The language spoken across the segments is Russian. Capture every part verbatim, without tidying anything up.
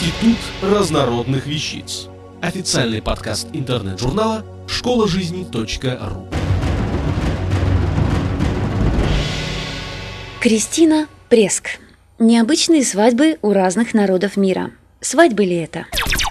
Институт разнородных вещиц. Официальный подкаст интернет-журнала школа жизни точка ру. Кристина Преск. Необычные свадьбы у разных народов мира. Свадьбы ли это?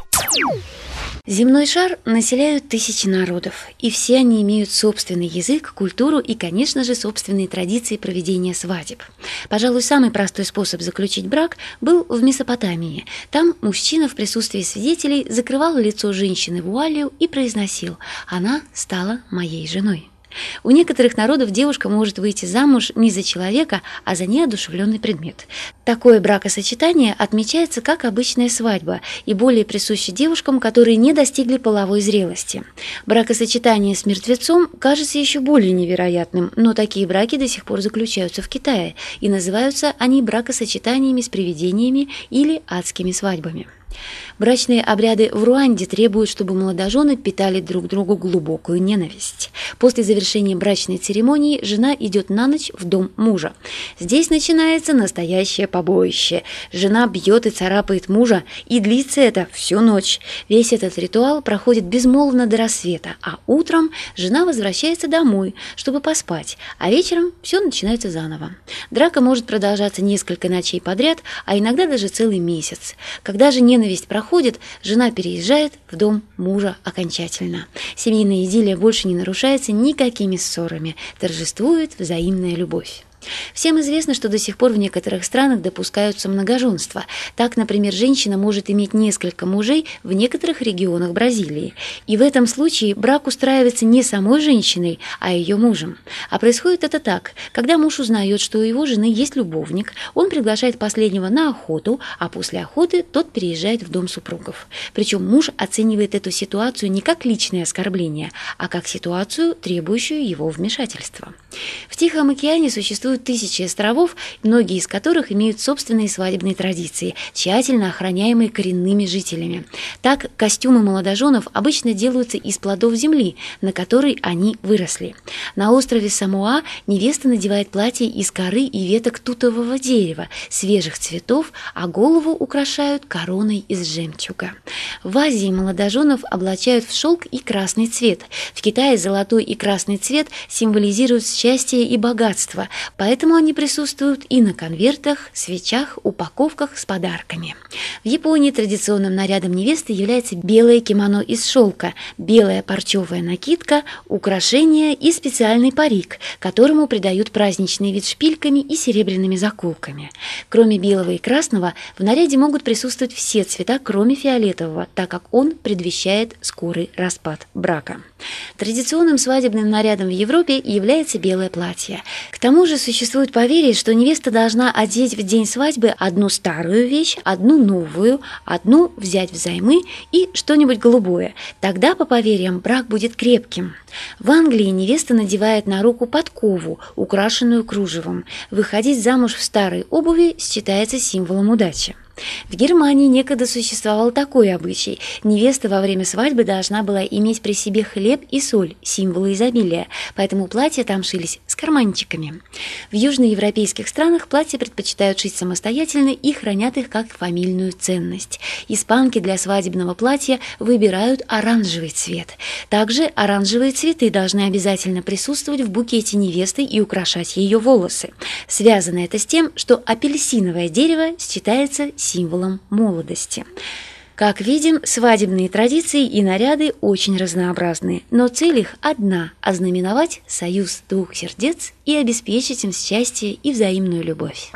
Земной шар населяют тысячи народов, и все они имеют собственный язык, культуру и, конечно же, собственные традиции проведения свадеб. Пожалуй, самый простой способ заключить брак был в Месопотамии. Там мужчина в присутствии свидетелей закрывал лицо женщины вуалью и произносил: «Она стала моей женой». У некоторых народов девушка может выйти замуж не за человека, а за неодушевленный предмет. Такое бракосочетание отмечается как обычная свадьба и более присуще девушкам, которые не достигли половой зрелости. Бракосочетание с мертвецом кажется еще более невероятным, но такие браки до сих пор заключаются в Китае, и называются они бракосочетаниями с привидениями или адскими свадьбами. Брачные обряды в Руанде требуют, чтобы молодожены питали друг другу глубокую ненависть. После завершения брачной церемонии жена идет на ночь в дом мужа. Здесь начинается настоящее побоище. Жена бьет и царапает мужа, и длится это всю ночь. Весь этот ритуал проходит безмолвно до рассвета, а утром жена возвращается домой, чтобы поспать, а вечером все начинается заново. Драка может продолжаться несколько ночей подряд, а иногда даже целый месяц. Когда же ненависть проходит, Проходит, жена переезжает в дом мужа окончательно. Семейная идиллия больше не нарушается никакими ссорами, торжествует взаимная любовь. Всем известно, что до сих пор в некоторых странах допускаются многоженства. Так, например, женщина может иметь несколько мужей в некоторых регионах Бразилии. И в этом случае брак устраивается не самой женщиной, а ее мужем. А происходит это так: когда муж узнает, что у его жены есть любовник, он приглашает последнего на охоту, а после охоты тот переезжает в дом супругов. Причем муж оценивает эту ситуацию не как личное оскорбление, а как ситуацию, требующую его вмешательства. В Тихом океане существует тысячи островов, многие из которых имеют собственные свадебные традиции, тщательно охраняемые коренными жителями. Так, костюмы молодоженов обычно делаются из плодов земли, на которой они выросли. На острове Самоа невеста надевает платье из коры и веток тутового дерева, свежих цветов, а голову украшают короной из жемчуга. В Азии молодоженов облачают в шелк и красный цвет. В Китае золотой и красный цвет символизируют счастье и богатство, поэтому они присутствуют и на конвертах, свечах, упаковках с подарками. В Японии традиционным нарядом невесты является белое кимоно из шелка, белая парчевая накидка, украшения и специальный парик, которому придают праздничный вид шпильками и серебряными заколками. Кроме белого и красного, в наряде могут присутствовать все цвета, кроме фиолетового, так как он предвещает скорый распад брака. Традиционным свадебным нарядом в Европе является белое платье. К тому же существует поверье, что невеста должна одеть в день свадьбы одну старую вещь, одну новую, одну взять взаймы и что-нибудь голубое. Тогда, по поверьям, брак будет крепким. В Англии невеста надевает на руку подкову, украшенную кружевом. Выходить замуж в старой обуви считается символом удачи. В Германии некогда существовал такой обычай. Невеста во время свадьбы должна была иметь при себе хлеб и соль, символы изобилия, поэтому платья там шились с карманчиками. В южноевропейских странах платья предпочитают шить самостоятельно и хранят их как фамильную ценность. Испанки для свадебного платья выбирают оранжевый цвет. Также оранжевые цветы должны обязательно присутствовать в букете невесты и украшать ее волосы. Связано это с тем, что апельсиновое дерево считается символом молодости. Как видим, свадебные традиции и наряды очень разнообразны, но цель их одна – ознаменовать союз двух сердец и обеспечить им счастье и взаимную любовь.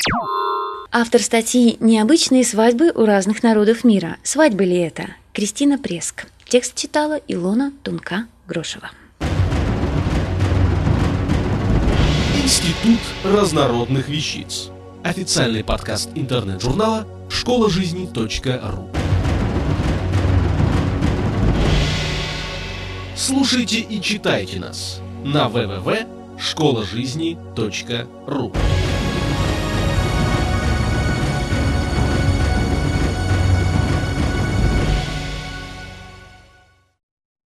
Автор статьи «Необычные свадьбы у разных народов мира. Свадьбы ли это?» Кристина Преск. Текст читала Илона Тунка-Грошева. Институт разнородных вещиц. Официальный подкаст интернет-журнала школа жизни точка ру. Слушайте и читайте нас на дабл ю дабл ю дабл ю точка школа жизни точка ру.